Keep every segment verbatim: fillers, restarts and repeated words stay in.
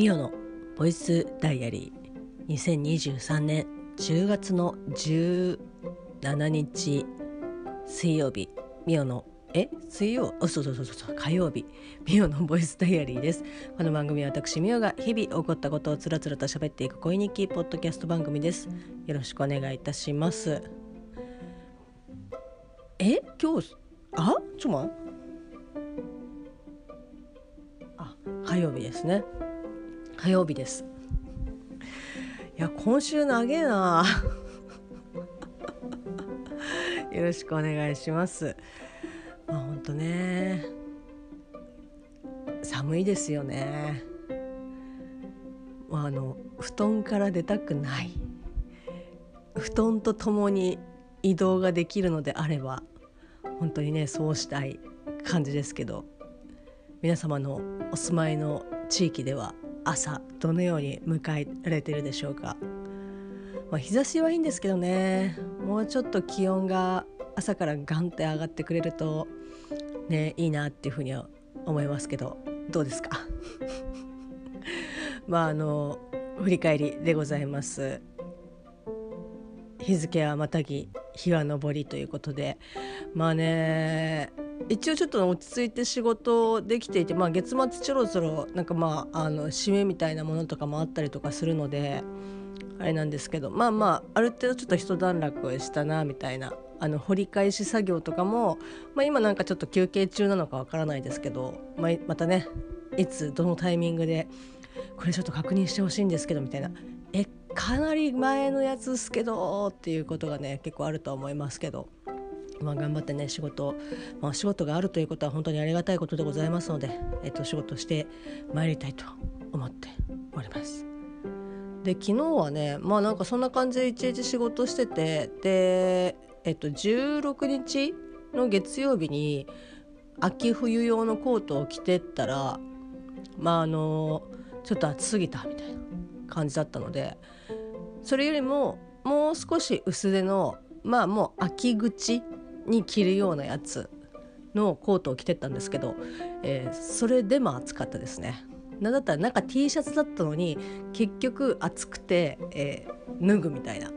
ミオのボイスダイアリーにせんにじゅうさんねんじゅうがつのじゅうしちにち水曜日、ミオのえ水曜あそうそうそうそう火曜日、ミオのボイスダイアリーです。この番組は私ミオが日々起こったことをつらつらと喋っていく恋日記ポッドキャスト番組です。よろしくお願いいたします。え今日あちょまあ火曜日ですね。火曜日です。いや今週長えなよろしくお願いします。まあほんとね寒いですよね。まあ、あの布団から出たくない、布団とともに移動ができるのであれば本当にねそうしたい感じですけど、皆様のお住まいの地域では朝どのように迎えられているでしょうか。まあ、日差しはいいんですけどね、もうちょっと気温が朝からガンって上がってくれるとねいいなっていうふうには思いますけど、どうですかまああの振り返りでございます。日付はまたぎ日は昇りということで、まあね一応ちょっと落ち着いて仕事できていて、まあ、月末ちょろちょろなんかまああの締めみたいなものとかもあったりとかするのであれなんですけど、まあまあある程度ちょっと一段落したなみたいな、あの掘り返し作業とかも、まあ、今なんかちょっと休憩中なのかわからないですけど、まあ、またねいつどのタイミングでこれちょっと確認してほしいんですけどみたいな、えかなり前のやつですけどっていうことがね結構あるとは思いますけど、まあ、頑張ってね仕事、まあ、仕事があるということは本当にありがたいことでございますので、えっと、仕事してまいりたいと思っております。で昨日はねまあなんかそんな感じで一日仕事してて、で、えっと、じゅうろくにちの月曜日に秋冬用のコートを着てったらまああのちょっと暑すぎたみたいな感じだったので、それよりももう少し薄手のまあもう秋口に着るようなやつのコートを着てったんですけど、えー、それでも暑かったですね。なんだったら中 T シャツだったのに結局暑くて、えー、脱ぐみたいな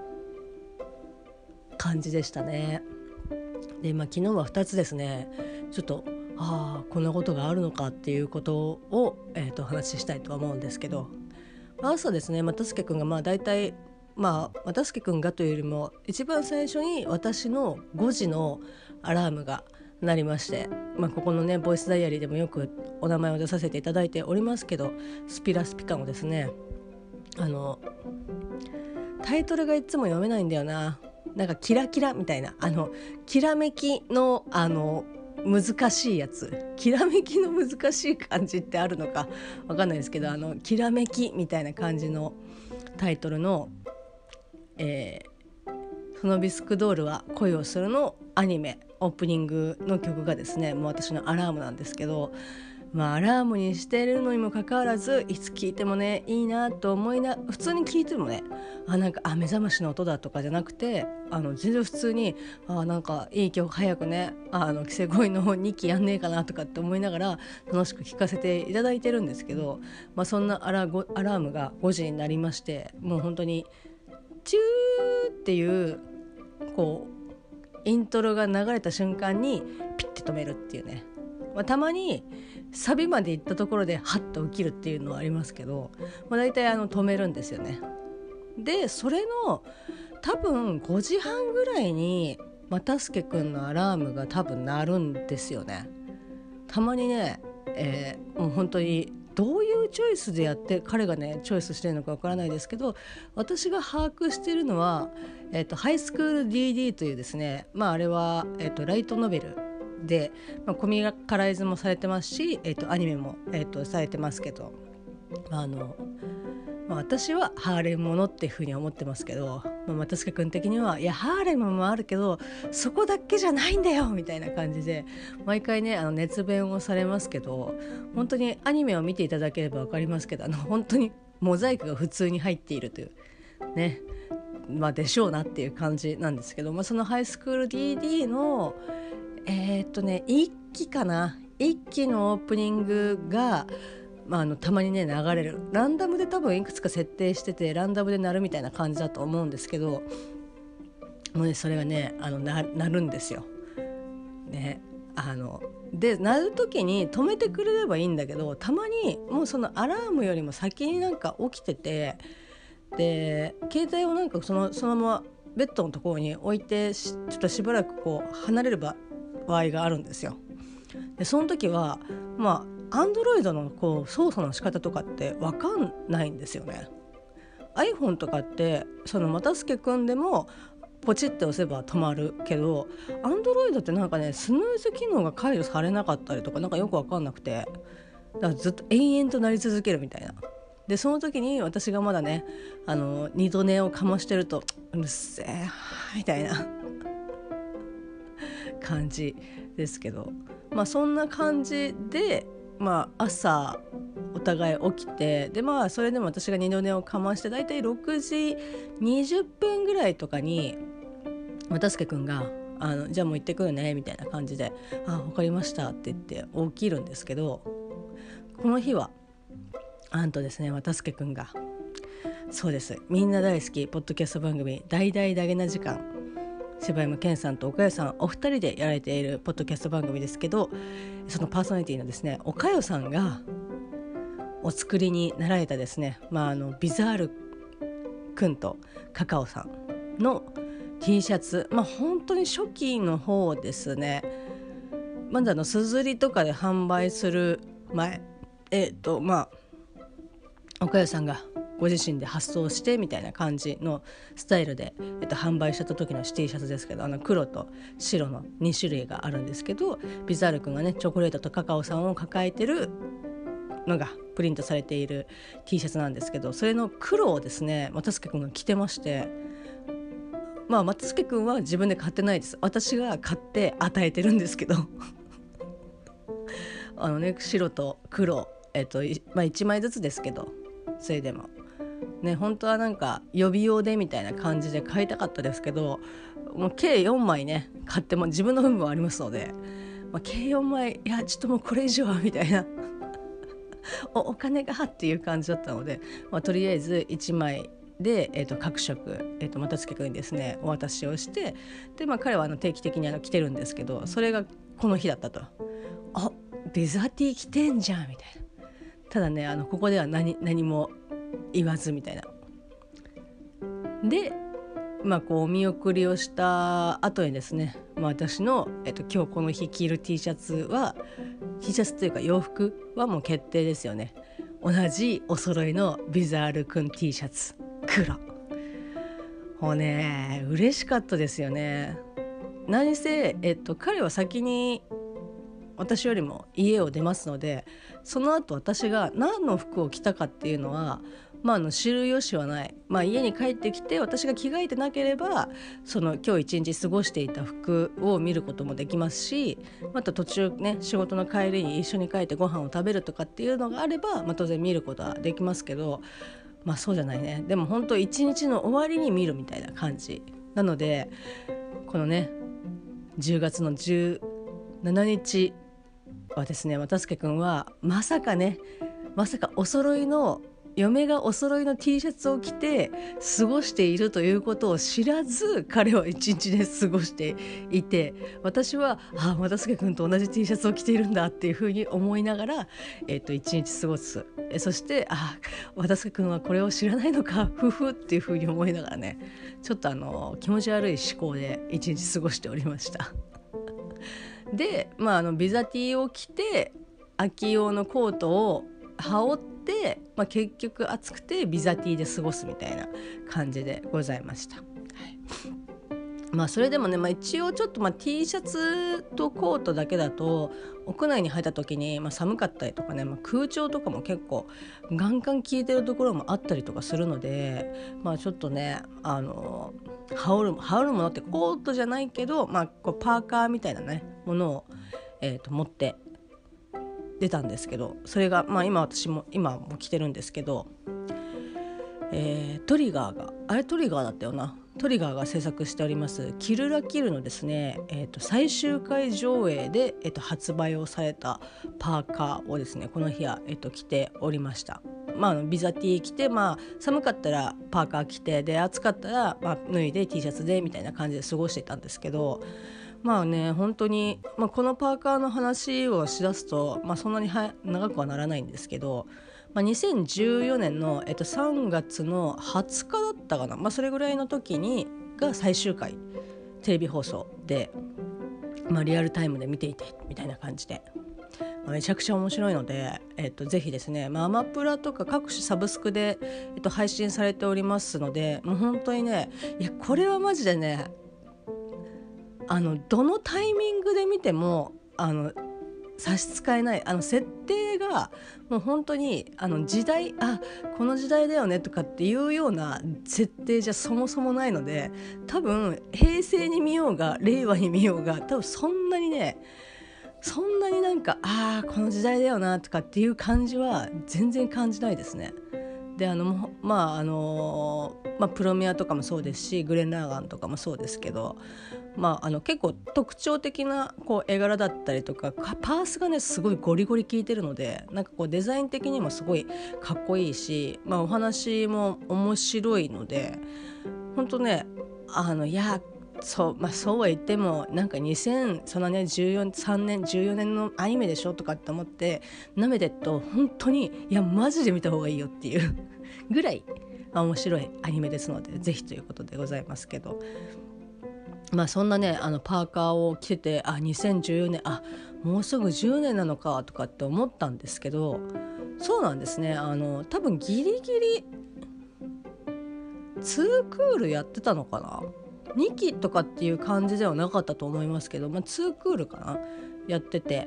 感じでしたね。で、まあ、昨日はふたつですね、ちょっとああこんなことがあるのかっていうことを、えー、とお話ししたいとは思うんですけど、朝ですね又助くんがまあ大体まあ又助くんがというよりも一番最初に私のごじのアラームが鳴りまして、まあ、ここのねボイスダイアリーでもよくお名前を出させていただいておりますけど、スピラスピカのですねあのタイトルがいつも読めないんだよな、なんかキラキラみたいな、あのきらめきのあの難しいやつ、きらめきの難しい漢字ってあるのかわかんないですけど、あのきらめきみたいな感じのタイトルの、えー、そのビスクドールは恋をするのアニメオープニングの曲がですねもう私のアラームなんですけど、まあアラームにしてるのにもかかわらずいつ聞いてもねいいなと思いな、普通に聞いてもねあなんかあ目覚ましの音だとかじゃなくて、あの全然普通にあなんかいい曲早くねあのキセ恋のにきやんねえかなとかって思いながら楽しく聞かせていただいてるんですけど、まあ、そんなアラ、アラームがごじになりまして、もう本当にチューっていうこうイントロが流れた瞬間にピッて止めるっていうね、まあ、たまにサビまで行ったところでハッと起きるっていうのはありますけど、まあ、大体あの止めるんですよね。でそれの多分ごじはんぐらいに又助くんのアラームが多分鳴るんですよね。たまにね、えー、もう本当にどういうチョイスでやって彼がねチョイスしてるのかわからないですけど、私が把握しているのは、えーと、ハイスクール ディーディー というですね、まああれは、えーと、ライトノベルで、まあ、コミカライズもされてますし、えーと、アニメも、えーと、されてますけど、あのまあ、私はハーレムものっていうふうに思ってますけど、まあ、又助君的にはいやハーレムもあるけどそこだけじゃないんだよみたいな感じで毎回ねあの熱弁をされますけど、本当にアニメを見ていただければ分かりますけど、あの本当にモザイクが普通に入っているというね、まあでしょうなっていう感じなんですけど、まあ、そのハイスクール ディーディー のえー、っとねいっきかないっきのオープニングがまあ、あのたまにね流れるランダムで多分いくつか設定しててランダムで鳴るみたいな感じだと思うんですけど、もうねそれがねあのな鳴るんですよ。ね、あので鳴る時に止めてくれればいいんだけど、たまにもうそのアラームよりも先になんか起きてて、で携帯をなんかそのそのままベッドのところに置いてちょっとしばらくこう離れる場合があるんですよ。でその時はまあ Android のこう操作の仕方とかって分かんないんですよね。 iPhone とかってその又助くんでもポチって押せば止まるけど Android ってなんかねスヌーズ機能が解除されなかったりとかなんかよく分かんなくて、だからずっと延々と鳴り続けるみたいな。でその時に私がまだねあの二度寝をかましてるとうるせえみたいな感じですけど、まあそんな感じで、まあ、朝お互い起きて、でまあそれでも私が二度寝をかましてだいたいろくじにじゅっぷんぐらいとかに又助くんがあのじゃあもう行ってくるねみたいな感じで、あ分かりましたって言って起きるんですけど、この日はあんとですね又助くんがそうですみんな大好きポッドキャスト番組大々だげな時間、柴山健さんと岡代さんお二人でやられているポッドキャスト番組ですけど、そのパーソナリティのですね岡代さんがお作りになられたですね、まあ、あのビザールくんとカカオさんの T シャツ、まあ本当に初期の方ですね、まだのすずりとかで販売する前えっとまあ岡代さんがご自身で発送してみたいな感じのスタイルで、えっと、販売した時の T シャツですけど、あの黒と白のに種類があるんですけど、ビザール君がねチョコレートとカカオさんを抱えてるのがプリントされている T シャツなんですけど、それの黒をですね又助君が着てまして、まあ又助君は自分で買ってないです、私が買って与えてるんですけどあのね白と黒、えっとまあ、いちまいずつですけど、それでもね本当はなんか予備用でみたいな感じで買いたかったですけど、もう計よんまいね買っても自分の分もありますので、まあ、計よんまいいやちょっともうこれ以上はみたいなお, お金がっていう感じだったので、まあ、とりあえずいちまいで、えー、と各色、えー、と又助君にですねお渡しをして、で、まあ、彼はあの定期的にあの着てるんですけど、それがこの日だったと。あビザティ着てんじゃんみたいな。ただねあのここでは 何, 何も言わずみたいな。でまあこうお見送りをした後にですね、まあ、私の、えっと、今日この日着る T シャツは T シャツというか洋服はもう決定ですよね。同じお揃いのビザールくん T シャツ黒。もうね嬉しかったですよね。何せ、えっと、彼は先に私よりも家を出ますので、その後私が何の服を着たかっていうのは、まあ、あの知る由はない、まあ、家に帰ってきて私が着替えてなければその今日一日過ごしていた服を見ることもできますし、また途中ね仕事の帰りに一緒に帰ってご飯を食べるとかっていうのがあれば、まあ、当然見ることはできますけど、まあそうじゃないね。でも本当一日の終わりに見るみたいな感じなので、このねじゅうがつのじゅうしちにちはですね又助くんはまさかねまさかお揃いの嫁がお揃いの T シャツを着て過ごしているということを知らず彼は一日で過ごしていて、私はあ又助くんと同じ T シャツを着ているんだっていうふうに思いながら、えー、と一日過ごす。えそしてあ又助くんはこれを知らないのかふふっていうふうに思いながらね、ちょっとあの気持ち悪い思考で一日過ごしておりましたで、まあ、あのビザ T を着て秋用のコートを羽織って、まあ、結局暑くてビザ T で過ごすみたいな感じでございました、はい。まあそれでもね、まあ、一応ちょっとまあ T シャツとコートだけだと屋内に入った時にまあ寒かったりとかね、まあ、空調とかも結構ガンガン効いてるところもあったりとかするので、まあちょっとねあの羽織る羽織るものってコートじゃないけど、まあ、こうパーカーみたいなねものを、えー、と持って出たんですけど、それが、まあ、今私も今も着てるんですけど、えー、トリガーがあれトリガーだったよな、 トリガーが制作しておりますキルラキルのですね、えー、と最終回上映で、えー、と発売をされたパーカーをですねこの日は、えー、と着ておりました。まあ、あのビザ T 着て、まあ、寒かったらパーカー着てで暑かったら、まあ、脱いで T シャツでみたいな感じで過ごしていたんですけど、まあね本当に、まあ、このパーカーの話をしだすと、まあ、そんなには長くはならないんですけど、まあ、にせんじゅうよねんの、えっと、さんがつのはつかだったかな、まあ、それぐらいの時にが最終回テレビ放送で、まあ、リアルタイムで見ていてみたいな感じで、まあ、めちゃくちゃ面白いので、えっと、ぜひですね、まあ、アマプラとか各種サブスクで、えっと、配信されておりますので、もう本当にねいやこれはマジでねあのどのタイミングで見てもあの差し支えない、あの設定がもう本当にあの時代あこの時代だよねとかっていうような設定じゃそもそもないので、多分平成に見ようが令和に見ようが多分そんなにねそんなになんかあこの時代だよなとかっていう感じは全然感じないですね。であのまああのまあ、プロメアとかもそうですしグレン・ラーガンとかもそうですけど、まあ、あの結構特徴的なこう絵柄だったりとかパースがねすごいゴリゴリ効いてるので、なんかこうデザイン的にもすごいかっこいいし、まあ、お話も面白いので本当ねあのいやそう、まあ、そうは言ってもなんかにせんそのねじゅうよん、さんねんじゅうよねんのアニメでしょとかって思って舐めてっと本当にいやマジで見た方がいいよっていうぐらい面白いアニメですのでぜひということでございますけど、まあそんなねあのパーカーを着ててあにせんじゅうよねんあもうすぐじゅうねんなのかとかって思ったんですけど、そうなんですね、あの多分ギリギリツークールやってたのかな、にきとかっていう感じではなかったと思いますけど、まあ、ツークールかなやってて、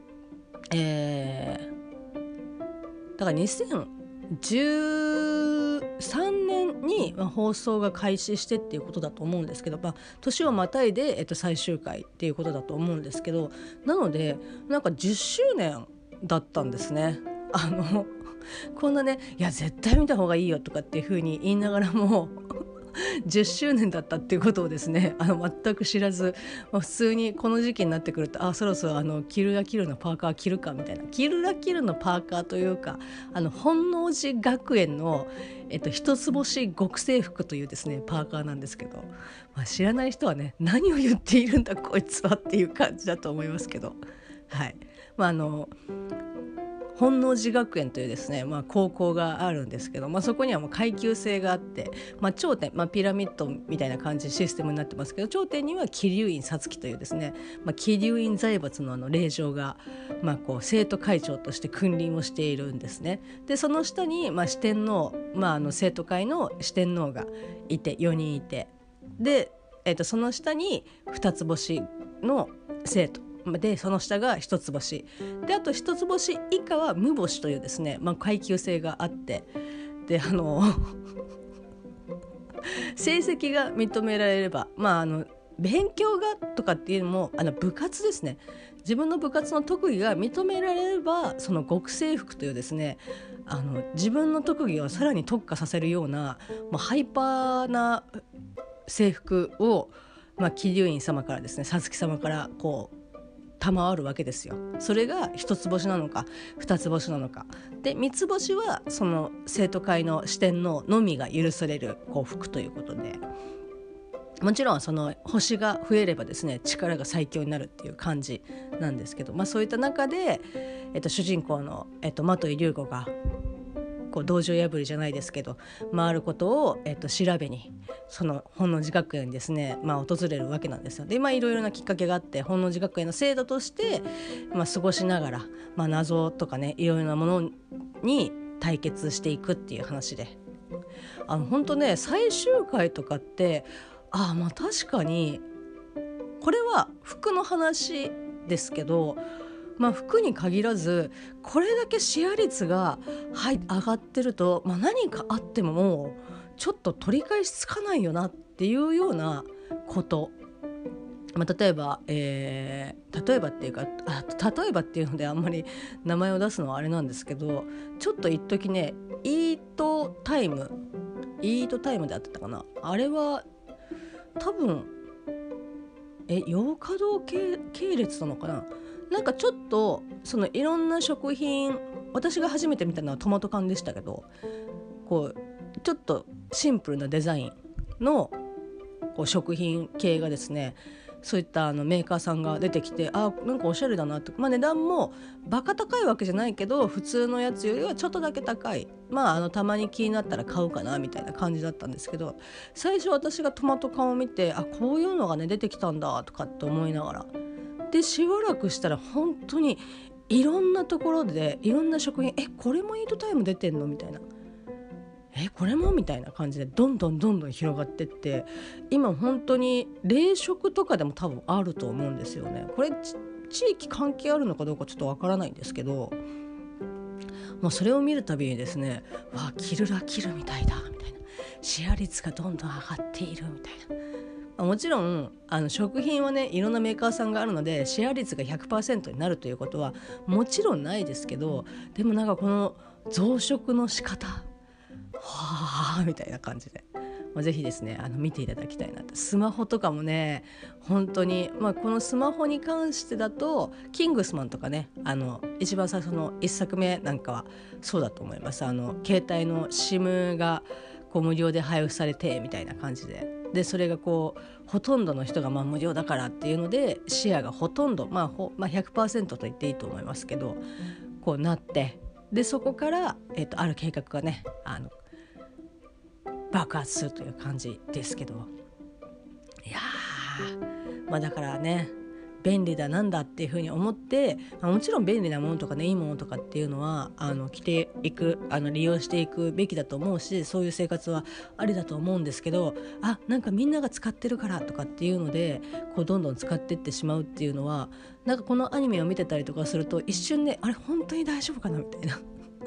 えー、だからにせんじゅうさんねんに放送が開始してっていうことだと思うんですけど、まあ、年をまたいで、えっと、最終回っていうことだと思うんですけど、なのでなんかじゅっしゅうねんだったんですね。あのこんなねいや絶対見た方がいいよとかっていう風に言いながらもじゅっしゅうねんだったっていうことをですねあの全く知らず、まあ、普通にこの時期になってくるとあそろそろあのキルラキルのパーカー着るかみたいな、キルラキルのパーカーというかあの本能寺学園の、えっと、一つ星極制服というですねパーカーなんですけど、まあ、知らない人はね何を言っているんだこいつはっていう感じだと思いますけど、はい、まああの本能寺学園というですね、まあ、高校があるんですけど、まあ、そこにはもう階級制があって、まあ、頂点、まあ、ピラミッドみたいな感じシステムになってますけど、頂点には桐生院皐月というですね、まあ、桐生院財閥のあの令嬢が、まあ、こう生徒会長として君臨をしているんですね。でその下に、まあ、四天王、まあ、あの生徒会の四天王がいてよにんいて、で、えーと、その下に二つ星の生徒でその下が一つ星で、あと一つ星以下は無星というですね、まあ、階級制があって、であの成績が認められれば、まあ、あの勉強がとかっていうのもあの部活ですね、自分の部活の特技が認められればその極制服というですねあの自分の特技をさらに特化させるような、まあ、ハイパーな制服を、まあ、桐生院様からですね皐月様からこう賜るわけですよ。それが一つ星なのか二つ星なのかで、三つ星はその生徒会の四天王のみが許されるこう服ということで、もちろんその星が増えればですね力が最強になるっていう感じなんですけど、まあ、そういった中で、えっと、主人公の、えっと、的井龍吾がこう道場破りじゃないですけど回ることを、えっと、調べにその本能寺学園にですね、まあ、訪れるわけなんですよ。で、まあ、いろいろなきっかけがあって本能寺学園の生徒として、まあ、過ごしながら、まあ、謎とかねいろいろなものに対決していくっていう話で、あの本当ね最終回とかってあまあ確かにこれは服の話ですけど、まあ、服に限らずこれだけシェア率が、はい、上がってると、まあ、何かあってももうちょっと取り返しつかないよなっていうようなこと、まあ、例えば、えー、例えばっていうかあ例えばっていうのであんまり名前を出すのはあれなんですけど、ちょっと一時ねイートタイムイートタイムであってたかな、あれは多分え洋華堂系系列なのかな。なんかちょっとそのいろんな食品、私が初めて見たのはトマト缶でしたけど、こうちょっとシンプルなデザインのこう食品系がですね、そういったあのメーカーさんが出てきて、あなんかおしゃれだなって、まあ、値段もバカ高いわけじゃないけど普通のやつよりはちょっとだけ高い、まああのたまに気になったら買うかなみたいな感じだったんですけど、最初私がトマト缶を見て、あこういうのがね出てきたんだとかって思いながら、でしばらくしたら本当にいろんなところでいろんな食品、えこれもイートタイム出てんのみたいな、えこれもみたいな感じでどんどんどんどん広がってって、今本当に冷食とかでも多分あると思うんですよね。これ地域関係あるのかどうかちょっとわからないんですけど、もうそれを見るたびにですね、わキルラキルみたいだみたいな、シェア率がどんどん上がっているみたいな。もちろんあの食品はねいろんなメーカーさんがあるのでシェア率が ひゃくパーセント になるということはもちろんないですけど、でもなんかこの増殖の仕方はあみたいな感じで、まあ、ぜひですねあの見ていただきたいなと。スマホとかもね本当に、まあ、このスマホに関してだとキングスマンとかね、あの一番最初のいっさくめなんかはそうだと思います。あの携帯の SIM がこう無料で配布されてみたいな感じで、でそれがこうほとんどの人がまあ無料だからっていうのでシェアがほとんど、まあほまあ、ひゃくパーセント と言っていいと思いますけどこうなって、でそこから、えーと、ある計画がねあの爆発するという感じですけど、いやー、まあ、だからね便利だなんだっていうふうに思って、まあ、もちろん便利なものとかねいいものとかっていうのはあの着ていくあの利用していくべきだと思うし、そういう生活はありだと思うんですけど、あなんかみんなが使ってるからとかっていうのでこうどんどん使っていってしまうっていうのは、なんかこのアニメを見てたりとかすると一瞬ねあれ本当に大丈夫かなみたいな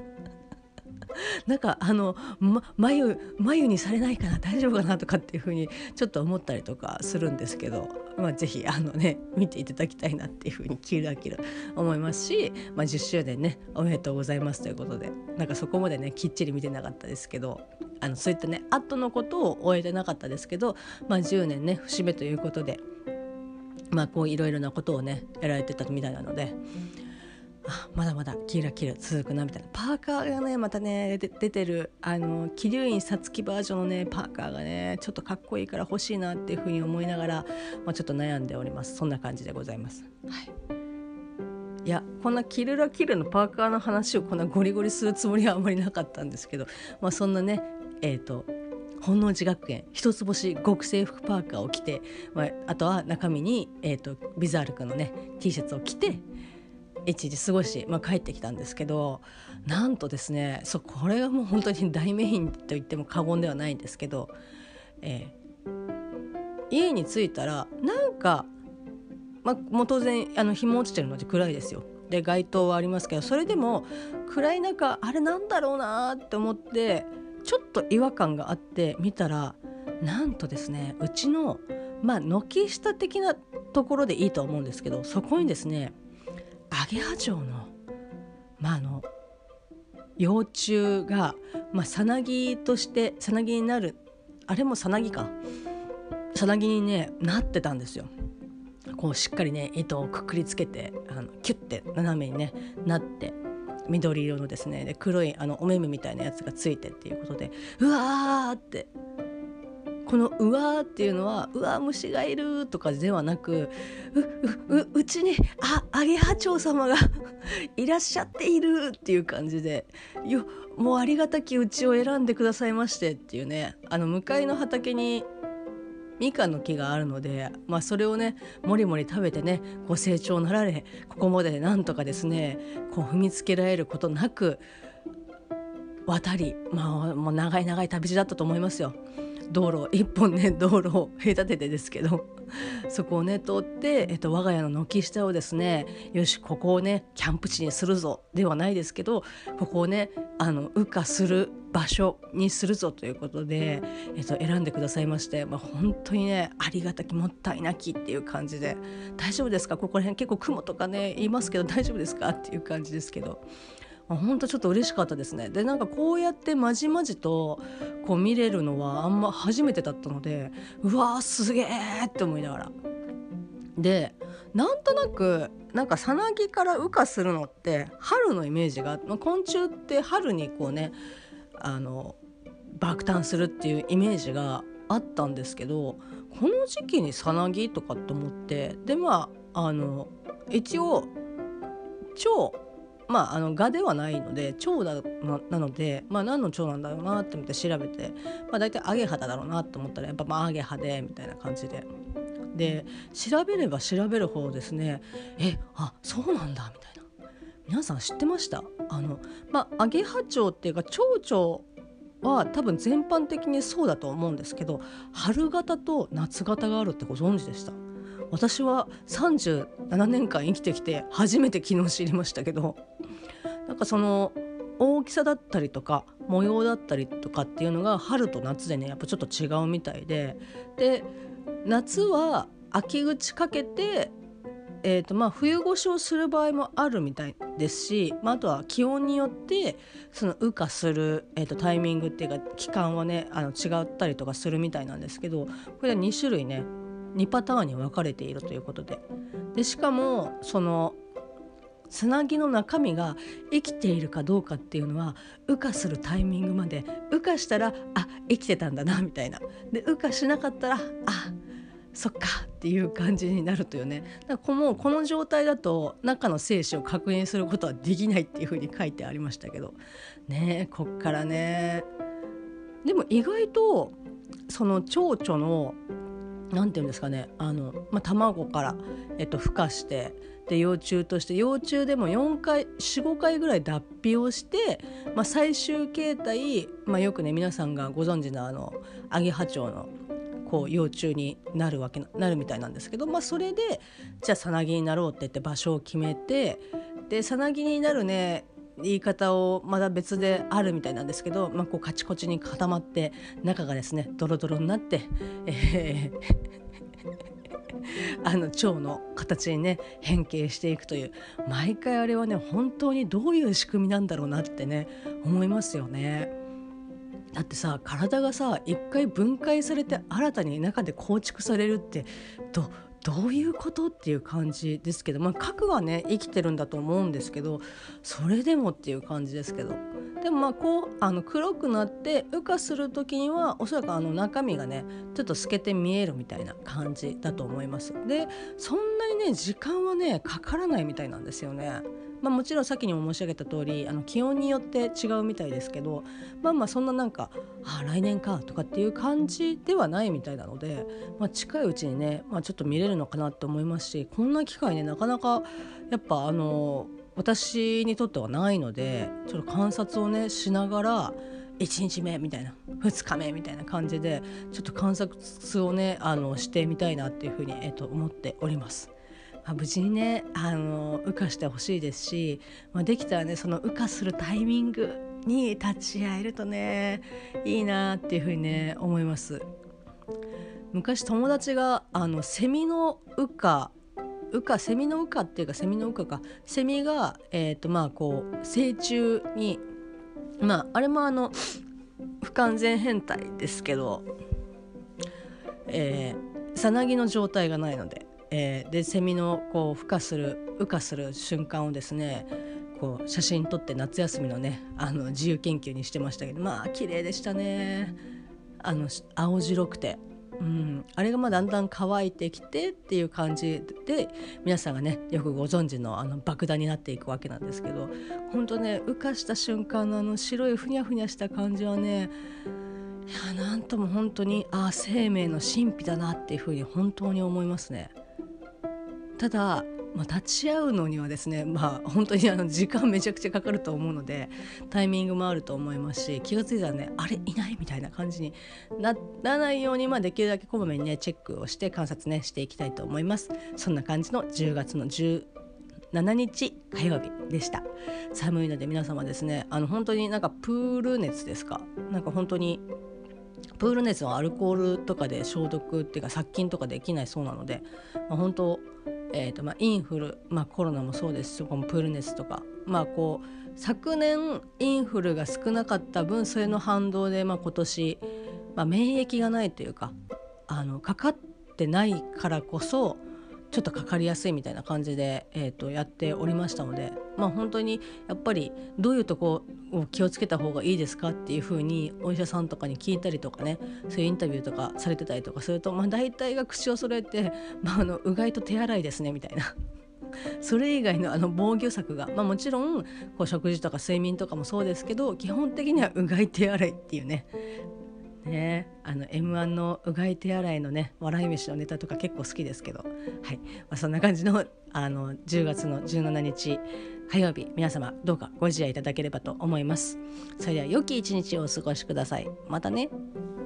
なんかあの、ま、眉, 眉にされないかな大丈夫かなとかっていう風にちょっと思ったりとかするんですけど、まあ、ぜひあのね見ていただきたいなっていう風にキラキラ思いますし、まあ、じゅっしゅうねんねおめでとうございますということで、なんかそこまでねきっちり見てなかったですけど、あのそういったね後のことを終えてなかったですけど、まあ、じゅうねんね節目ということで、まあこういろいろなことをねやられてたみたいなので、あまだまだキラキラ続くなみたいな。パーカーがねまたね出てるあの桐生院さつきバージョンのねパーカーがねちょっとかっこいいから欲しいなっていうふうに思いながら、まあ、ちょっと悩んでおります。そんな感じでございます。はい、いやこんなキルラキルのパーカーの話をこんなゴリゴリするつもりはあまりなかったんですけど、まあ、そんなねえっと本能寺学園一つ星極制服パーカーを着て、まあ、あとは中身に、えーと、ビザール君のね T シャツを着て一日過ごし、まあ、帰ってきたんですけど、なんとですねそうこれがもう本当に大メインと言っても過言ではないんですけど、えー、家に着いたらなんか、まあ、もう当然あの日も落ちてるので暗いですよ。で街灯はありますけどそれでも暗い中あれなんだろうなって思ってちょっと違和感があって見たら、なんとですねうちのまあ軒下的なところでいいと思うんですけど、そこにですねアゲハチョウのまああの幼虫がまあさなぎとしてさなぎになる、あれもさなぎかさなぎにねなってたんですよ。こうしっかりね糸をくくりつけてあのキュッて斜めにねなって緑色のですねで黒いあのお目目みたいなやつがついてっていうことで、うわーってこのうわーっていうのはうわー虫がいるとかではなく、ううううちにあアゲハチョウ様がいらっしゃっているっていう感じで、よもうありがたきうちを選んでくださいましてっていうね、あの向かいの畑にみかんの木があるので、まあ、それをねもりもり食べてねご成長なられ、ここまでなんとかですねこう踏みつけられることなく渡り、まあ、もう長い長い旅路だったと思いますよ。道路一本ね道路を隔ててですけどそこをね通って、えっと、我が家の軒下をですね、よしここをねキャンプ地にするぞではないですけど、ここをねあの羽化する場所にするぞということで、えっと、選んでくださいまして、まあ、本当にねありがたきもったいなきっていう感じで、大丈夫ですかここら辺結構雲とかね言いますけど大丈夫ですかっていう感じですけど、 まあ、ほんとちょっと嬉しかったですね。でなんかこうやってまじまじとこう見れるのはあんま初めてだったので、うわーすげーって思いながら、でなんとなくなんかさなぎから羽化するのって春のイメージが、まあ、昆虫って春にこうねあの爆誕するっていうイメージがあったんですけど、この時期にさなぎとかって思って、でまああの一応蝶、まああの蛾ではないので蝶だな、なので、まあ、何の蝶なんだろうなって思って調べて、まあ、大体アゲハだろうなと思ったらやっぱまあアゲハでみたいな感じで、で調べれば調べるほどですね、えあそうなんだみたいな。皆さん知ってました？あのまあアゲハチョウっていうか蝶々は多分全般的にそうだと思うんですけど、春型と夏型があるってご存知でした？私はさんじゅうななねんかん生きてきて初めて昨日知りましたけど、なんかその大きさだったりとか模様だったりとかっていうのが春と夏でねやっぱちょっと違うみたいで、で夏は秋口かけて、えーとまあ、冬越しをする場合もあるみたいですし、まあ、あとは気温によってその羽化する、えーとタイミングっていうか期間はねあの違ったりとかするみたいなんですけど、これはに種類ねにパターンに分かれているということで、でしかもそのつなぎの中身が生きているかどうかっていうのは羽化するタイミングまで、羽化したらあ生きてたんだなみたいな、で羽化しなかったらあそっかっていう感じになるというね。だからもうこの状態だと中の精子を確認することはできないっていう風に書いてありましたけどね。こっからね、でも意外とその蝶々のなんていうんですかね、あの、まあ、卵から、えっと、孵化してで幼虫として幼虫でもよんかい よん,ご 回ぐらい脱皮をして、まあ、最終形態、まあ、よくね皆さんがご存知のあのアゲハチョウのこう幼虫になるわけな、なるみたいなんですけど、まあ、それでじゃあさなぎになろうって言って場所を決めて、でさなぎになるね言い方をまだ別であるみたいなんですけど、まあ、こうカチコチに固まって中がですねドロドロになって、えーあの蝶の形にね変形していくという、毎回あれはね本当にどういう仕組みなんだろうなってね思いますよね。だってさ体がさ一回分解されて新たに中で構築されるってどどういうことっていう感じですけど、まあ核はね生きてるんだと思うんですけど、それでもっていう感じですけど、でもまあこうあの黒くなって羽化する時にはおそらくあの中身がねちょっと透けて見えるみたいな感じだと思います。でそんなにね時間はねかからないみたいなんですよね。まあ、もちろんさっきにも申し上げた通りあの気温によって違うみたいですけど、まあまあそんななんかあ来年かとかっていう感じではないみたいなので、まあ、近いうちにね、まあ、ちょっと見れるのかなと思いますし、こんな機会ねなかなかやっぱあの私にとってはないので、ちょっと観察をねしながらいちにちめみたいなふつかめみたいな感じでちょっと観察をねあのしてみたいなっていうふうに、えっと、思っております。まあ、無事にねあの羽化してほしいですし、まあ、できたらねその羽化するタイミングに立ち会えるとねいいなっていうふうにね思います。昔友達があのセミの羽化羽化セミの羽化っていうかセミの羽化かセミが、えーとまあ、こう成虫に、まあ、あれもあの不完全変態ですけど、えー、さなぎの状態がないので、えー、でセミのこう孵化する羽化する瞬間をですねこう写真撮って夏休みのねあの自由研究にしてましたけど、まあ綺麗でしたね。あの青白くて、うん、あれがまあだんだん乾いてきてっていう感じで皆さんがねよくご存知のあの爆弾になっていくわけなんですけど、本当ね羽化した瞬間のあの白いふにゃふにゃした感じはね、いやなんとも本当にあ生命の神秘だなっていうふうに本当に思いますね。ただ、まあ、立ち会うのにはですね、まあ、本当にあの時間めちゃくちゃかかると思うのでタイミングもあると思いますし、気がついたらねあれいないみたいな感じにならないように、まあ、できるだけこまめにねチェックをして観察ねしていきたいと思います。そんな感じのじゅうがつのじゅうしちにち火曜日でした。寒いので皆様ですねあの本当になんかプール熱ですか、なんか本当にプール熱はアルコールとかで消毒っていうか殺菌とかできないそうなので、まあ、本当、えーとまあ、インフル、まあ、コロナもそうですし、このプール熱とか、まあ、こう昨年インフルが少なかった分それの反動で、まあ、今年、まあ、免疫がないというかあのかかってないからこそちょっとかかりやすいみたいな感じで、えー、とやっておりましたので、まあ、本当にやっぱりどういうとこを気をつけた方がいいですかっていう風にお医者さんとかに聞いたりとかね、そういうインタビューとかされてたりとかすると、まあ、大体が口を揃えて、まあ、あのうがいと手洗いですねみたいなそれ以外のあの防御策が、まあ、もちろんこう食事とか睡眠とかもそうですけど、基本的にはうがい手洗いっていうねね、あの エムワン のうがい手洗いのね笑い飯のネタとか結構好きですけど、はい、まあ、そんな感じの、あのじゅうがつのじゅうしちにち火曜日、皆様どうかご自愛いただければと思います。それでは良き一日をお過ごしください。またね。